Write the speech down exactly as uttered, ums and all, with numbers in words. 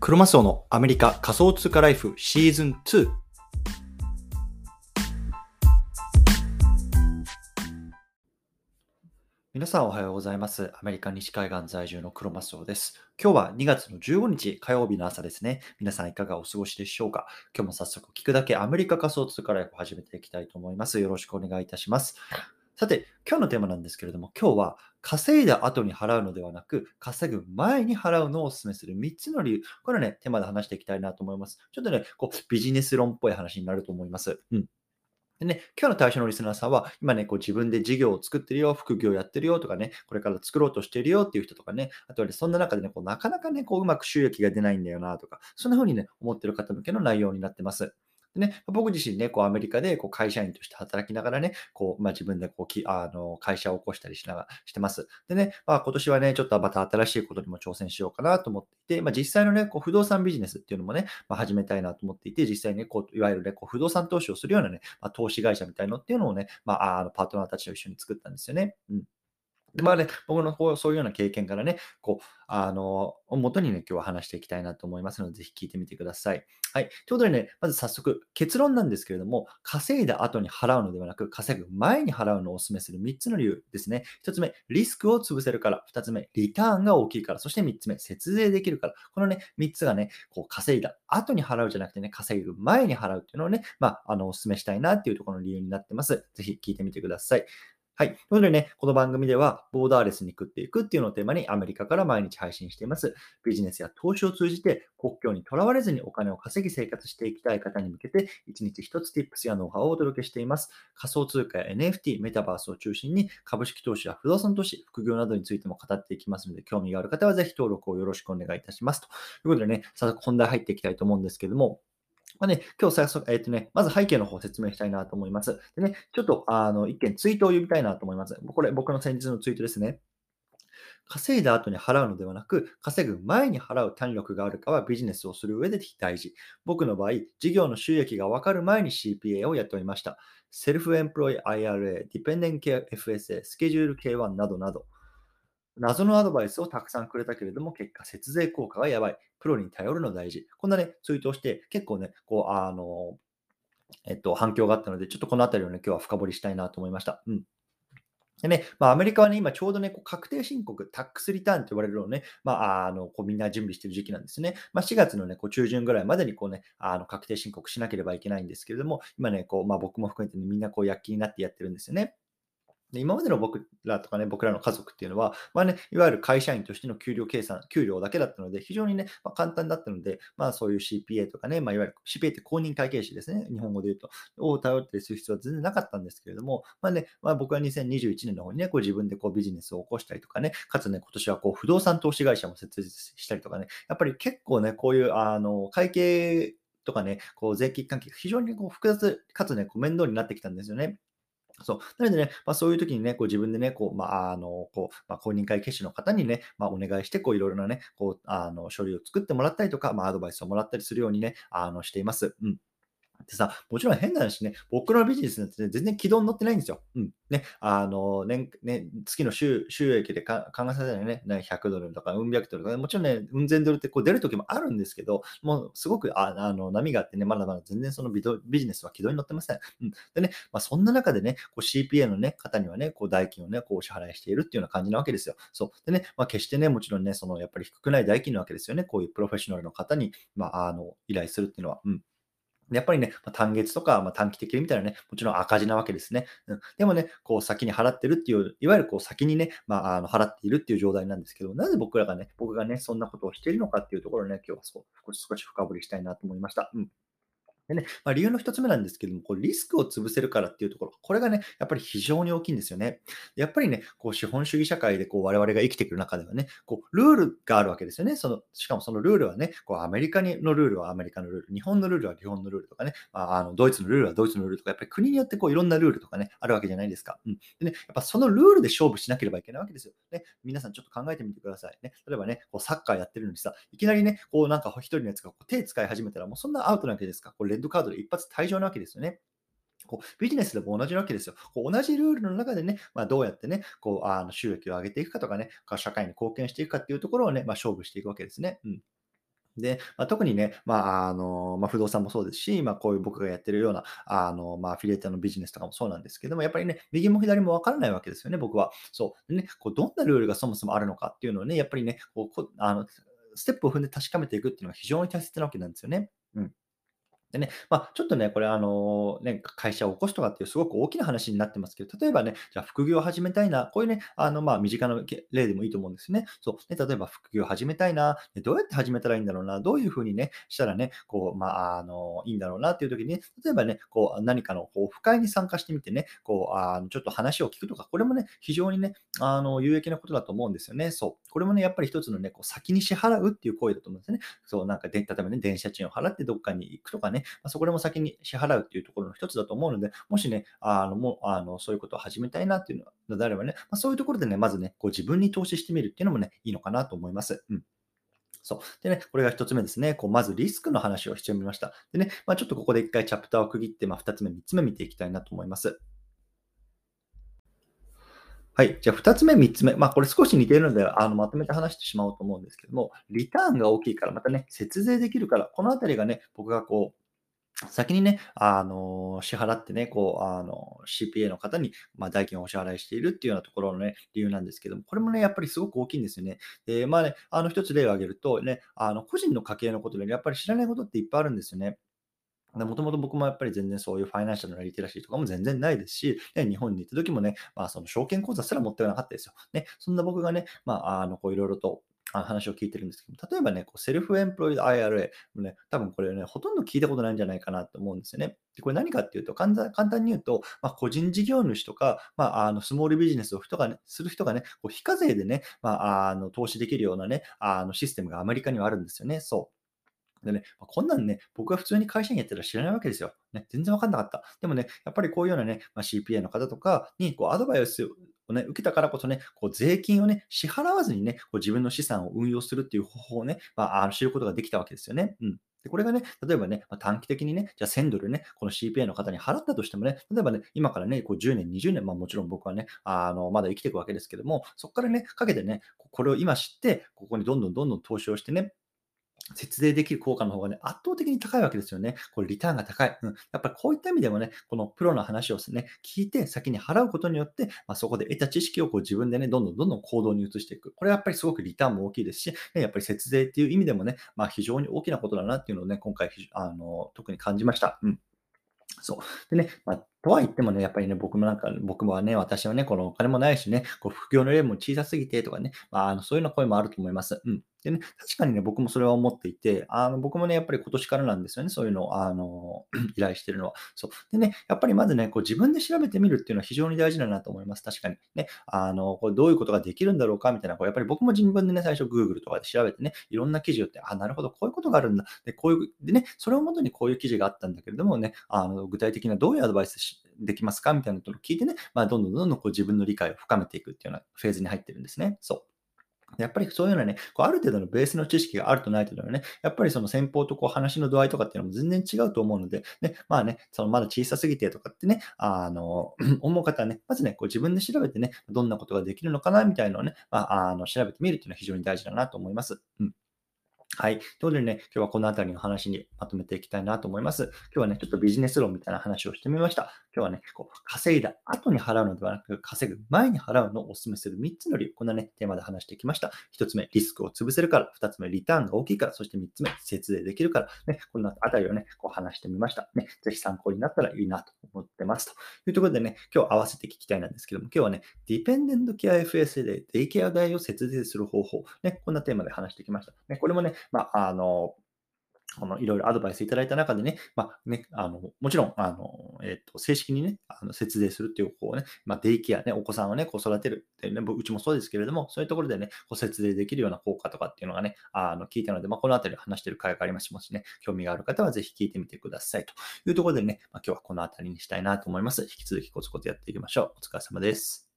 クロマスオのアメリカ仮想通貨ライフシーズンツー。皆さんおはようございます。アメリカ西海岸在住のクロマスオです。今日はにがつのじゅうごにち火曜日の朝ですね。皆さんいかがお過ごしでしょうか。今日も早速聞くだけアメリカ仮想通貨ライフを始めていきたいと思います。よろしくお願いいたします。さて、今日のテーマなんですけれども、今日は稼いだ後に払うのではなく、稼ぐ前に払うのをお勧めするみっつの理由。これをね、テーマで話していきたいなと思います。ちょっとね、こうビジネス論っぽい話になると思います。うん。でね、今日の対象のリスナーさんは、今ね、こう自分で事業を作ってるよ、副業やってるよとかね、これから作ろうとしてるよっていう人とかね、あとはね、そんな中でね、こうなかなかね、こううまく収益が出ないんだよなとか、そんな風にね、思ってる方向けの内容になってます。でね、僕自身ね、こうアメリカでこう会社員として働きながらね、こう、まあ、自分でこうきあの会社を起こしたりしながらしてます。でね、まあ、今年はね、ちょっとまた新しいことにも挑戦しようかなと思っていて、まあ、実際のね、こう不動産ビジネスっていうのもね、まあ、始めたいなと思っていて、実際にね、こういわゆるね、こう不動産投資をするようなね、まあ、投資会社みたいのっていうのをね、まあ、あのパートナーたちと一緒に作ったんですよね。うん。で、まあね、僕のこう、そういうような経験からね、こう、あの、をもとにね、今日は話していきたいなと思いますので、ぜひ聞いてみてください。はい。ということでね、まず早速、結論なんですけれども、稼いだ後に払うのではなく、稼ぐ前に払うのをお勧めするみっつの理由ですね。ひとつめ、リスクを潰せるから。ふたつめ、リターンが大きいから。そしてみっつめ、節税できるから。このね、みっつがね、こう、稼いだ後に払うじゃなくてね、稼ぐ前に払うっていうのをね、まあ、あの、お勧めしたいなっていうところの理由になってます。ぜひ聞いてみてください。はい。ということでね、この番組では、ボーダーレスに食っていくっていうのをテーマにアメリカから毎日配信しています。ビジネスや投資を通じて国境にとらわれずにお金を稼ぎ生活していきたい方に向けて、一日一つ Tips やノウハウをお届けしています。仮想通貨や エヌエフティー、メタバースを中心に株式投資や不動産投資、副業などについても語っていきますので、興味がある方はぜひ登録をよろしくお願いいたします。ということでね、早速本題入っていきたいと思うんですけども、まあね、今日最初、えっとね、まず背景の方を説明したいなと思います。でね、ちょっと、あの、一件ツイートを読みたいなと思います。これ、僕の先日のツイートですね。稼いだ後に払うのではなく、稼ぐ前に払う胆力があるかはビジネスをする上で大事。僕の場合、事業の収益が分かる前に シーピーエー をやっておりました。セルフエンプロイ アイアールエー、ディペンデントケア エフエスエー、スケジュール ケーワン などなど、謎のアドバイスをたくさんくれたけれども、結果、節税効果がやばい。プロに頼るの大事。こんなね、ツイートをして、結構ね、こう、あの、えっと、反響があったので、ちょっとこのあたりをね、今日は深掘りしたいなと思いました。うん。でね、まあ、アメリカはね、今ちょうどね、こう確定申告、タックスリターンと言われるのをね、まあ、あの、こうみんな準備している時期なんですね。まあ、しがつのね、こう中旬ぐらいまでにこうね、あの、確定申告しなければいけないんですけれども、今ね、こう、まあ、僕も含めてね、みんなこう躍起になってやってるんですよね。で、今までの僕らとかね、僕らの家族っていうのは、まあね、いわゆる会社員としての給料計算、給料だけだったので、非常にね、まあ、簡単だったので、まあそういう シーピーエー とかね、まあいわゆる シーピーエー って公認会計士ですね、日本語で言うと、を頼ってする必要は全然なかったんですけれども、まあね、まあ僕はにせんにじゅういちねんの方にね、こう自分でこうビジネスを起こしたりとかね、かつね、今年はこう不動産投資会社も設立したりとかね、やっぱり結構ね、こういうあの会計とかね、こう税金関係が非常にこう複雑かつね、こう面倒になってきたんですよね。そう。なのでね、まあ、そういう時にね、こう自分でね、こう、まあ、あの、こう、まあ、公認会計士の方にね、まあ、お願いして、こういろいろなね、こう、あの、書類を作ってもらったりとか、まあ、アドバイスをもらったりするようにね、あの、しています。うん。でさ、もちろん変な話ね、僕のビジネスなんてね、全然軌道に乗ってないんですよ。うん。ね、あの、年ね、月の収収益でか換算されたらね、ねひゃくドルとか、うん百ドルとか、もちろんね、うん千ドルってこう出る時もあるんですけど、もうすごく、ああの、波があってね、まだまだ全然そのビドビジネスは軌道に乗ってません。うん。でね、まあ、そんな中でね、こう シーピーエー のね、方にはね、こう代金をね、こうお支払いしているっていうような感じなわけですよ。そう。でね、まあ、決してね、もちろんね、そのやっぱり低くない代金なわけですよね。こういうプロフェッショナルの方に、まあ、あの、依頼するっていうのは。うん。やっぱりね、ま、単月とか、ま、短期的に見たらね、もちろん赤字なわけですね。うん。でもね、こう先に払ってるっていう、いわゆるこう先にね、ま、あの、払っているっていう状態なんですけど、なぜ僕らがね僕がね、そんなことをしているのかっていうところをね、今日はそう少し少し深掘りしたいなと思いました。うん。でね、まあ、理由の一つ目なんですけども、こうリスクを潰せるからっていうところ、これがね、やっぱり非常に大きいんですよね。やっぱりね、こう資本主義社会でこう我々が生きてくる中ではね、こうルールがあるわけですよね。そのしかもそのルールはね、こうアメリカにのルールはアメリカのルール、日本のルールは日本のルールとかね、まあ、あのドイツのルールはドイツのルールとか、やっぱり国によってこういろんなルールとかね、あるわけじゃないですか。うん。でね、やっぱそのルールで勝負しなければいけないわけですよ。ね、皆さんちょっと考えてみてくださいね。例えばね、こうサッカーやってるのにさ、いきなりね、こうなんか一人のやつがこう手使い始めたら、もうそんなアウトなわけですか。こうレッドカードで一発退場なわけですよね。こうビジネスでも同じなわけですよ。こう同じルールの中でね、まあ、どうやってね、こうあの収益を上げていくかとかね、社会に貢献していくかっていうところをね、まあ、勝負していくわけですね。うん。 で、まあ、特にね、まあ、あの、まあ、不動産もそうですし、まあ、こういう僕がやってるような、あの、まあ、アフィリエイターのビジネスとかもそうなんですけども、やっぱりね、右も左も分からないわけですよね、僕は。そう。でね、こうどんなルールがそもそもあるのかっていうのをね、やっぱりね、こう、こあの、ステップを踏んで確かめていくっていうのが非常に大切なわけなんですよね。うん。でね、まあ、ちょっとね、これあの、ね、会社を起こすとかっていうすごく大きな話になってますけど、例えばね、じゃあ副業を始めたいな、こういうね、あの、まあ、身近なけ例でもいいと思うんですね。そう。で、例えば副業を始めたいな、で、どうやって始めたらいいんだろうな、どういう風にね、したらね、こう、まあ、あの、いいんだろうなっていう時に、例えばね、こう、何かのこう、オフ会に参加してみてね、こう、あの、ちょっと話を聞くとか、これもね、非常にね、あの、有益なことだと思うんですよね。そう。これもね、やっぱり一つのね、こう、先に支払うっていう行為だと思うんですね。そう、なんかで、例えばね、電車賃を払ってどっかに行くとかね、まあ、そこでも先に支払うっていうところの一つだと思うので、もしね、あの、もう、あの、そういうことを始めたいなっていうのであればね、まあ、そういうところでね、まずね、こう自分に投資してみるっていうのもね、いいのかなと思います。うん。そう。でね、これが一つ目ですね。こう、まずリスクの話をしてみました。でね、まあ、ちょっとここで一回チャプターを区切って、まあ、二つ目、三つ目見ていきたいなと思います。はい。じゃあ二つ目、三つ目。まあ、これ少し似ているので、あの、まとめて話してしまおうと思うんですけども、リターンが大きいから、またね、節税できるから、このあたりがね、僕がこう、先にね、あの、支払ってね、こう、あの、シーピーエー の方に、まあ、代金をお支払いしているっていうようなところのね、理由なんですけども、これもね、やっぱりすごく大きいんですよね。で、まあね、あの、一つ例を挙げると、ね、あの、個人の家計のことでね、やっぱり知らないことっていっぱいあるんですよね。もともと僕もやっぱり全然そういうファイナンシャルなリテラシーとかも全然ないですし、ね、日本に行った時もね、まあ、その証券口座すら持ってなかったですよ。ね、そんな僕がね、まあ、あの、こういろいろと、あの話を聞いてるんですけど、例えばね、こうセルフエンプロイド アイアールエー もね、多分これね、ほとんど聞いたことないんじゃないかなと思うんですよね。で、これ何かっていうと、簡単簡単に言うと、まあ、個人事業主とか、まあ、あの、スモールビジネスを人がね、する人がね、こう非課税でね、まあ、あの、投資できるようなね、あの、システムがアメリカにはあるんですよね。そう。でね、ま、こんなんね、僕は普通に会社員やってたら知らないわけですよ。ね、全然わかんなかった。でもね、やっぱりこういうようなね、まあ、シーピーエー の方とかにこうアドバイスをね、受けたからこそね、こう税金をね、支払わずにね、こう自分の資産を運用するっていう方法をね、まあ、あの、知ることができたわけですよね。うん。で、これがね、例えばね、ま、短期的にね、じゃあせんドルね、この シーピーエー の方に払ったとしてもね、例えばね、今からね、こうじゅうねん、にじゅうねん、ま、もちろん僕はね、あの、まだ生きていくわけですけども、そっからね、かけてね、ここれを今知って、ここにどんどんどんどん投資をしてね、節税できる効果の方がね、圧倒的に高いわけですよね。これリターンが高い。うん。やっぱりこういった意味でもね、このプロの話をですね、聞いて先に払うことによって、まあ、そこで得た知識をこう自分でね、どんどんどんどん行動に移していく。これはやっぱりすごくリターンも大きいですし、ねやっぱり節税っていう意味でもね、まあ非常に大きなことだなっていうのをね、今回ひあの、特に感じました。うん。そう。でね、まあ、とは言ってもね、やっぱりね、僕もなんか、僕もはね、私はね、このお金もないしね、こう副業の例も小さすぎてとかね、まあ、あの、そういうような声もあると思います。うん。でね、確かにね、僕もそれは思っていて、あの、僕もね、やっぱり今年からなんですよね、そういうのを、あの、依頼してるのは。そう。でね、やっぱりまずね、こう自分で調べてみるっていうのは非常に大事だなと思います。確かに。ね、あの、これどういうことができるんだろうかみたいな、こうやっぱり僕も自分でね、最初 Google とかで調べてね、いろんな記事をって、あ、なるほど、こういうことがあるんだ。で、こういう、でね、それをもとにこういう記事があったんだけれどもね、あの、具体的などういうアドバイスしできますかみたいなことを聞いてね、まあ、どんどんどんどんこう自分の理解を深めていくっていうようなフェーズに入ってるんですね。そう。やっぱりそういうようなね、こうある程度のベースの知識があるとないとではね、やっぱりその先方とこう話の度合いとかっていうのも全然違うと思うので、ね、まあね、そのまだ小さすぎてとかってね、あの、思う方はね、まずね、こう自分で調べてね、どんなことができるのかなみたいなのをね、まあ、あの、調べてみるっていうのは非常に大事だなと思います。うん。はい。ということでね、今日はこのあたりの話にまとめていきたいなと思います。今日はね、ちょっとビジネス論みたいな話をしてみました。今日はね、こう稼いだ後に払うのではなく、稼ぐ前に払うのをお勧めするみっつの理由、こんなね、テーマで話してきました。ひとつめ、リスクを潰せるから。ふたつめ、リターンが大きいから。そしてみっつめ、節税できるから。ね、こんなあたりをね、こう話してみました。ね、ぜひ参考になったらいいなと思ってます。というところでね、今日合わせて聞きたいなんですけども、今日はね、ディペンデントケア エフエス でデイケア代を節税する方法。ね、こんなテーマで話してきました。ね、これもね、まあ、あの、このいろいろアドバイスいただいた中でね、まあね、あの、もちろん、あの、えっと、正式にね、あの、節税するっていう、こうね、まあ、デイケアね、お子さんをね、こう育てるっていうね、ぼうちもそうですけれども、そういうところでね、こう節税できるような効果とかっていうのがね、あの、聞いたので、まあ、このあたり話してる会がありますもしね、興味がある方はぜひ聞いてみてくださいというところでね、まあ、今日はこのあたりにしたいなと思います。引き続きコツコツやっていきましょう。お疲れ様です。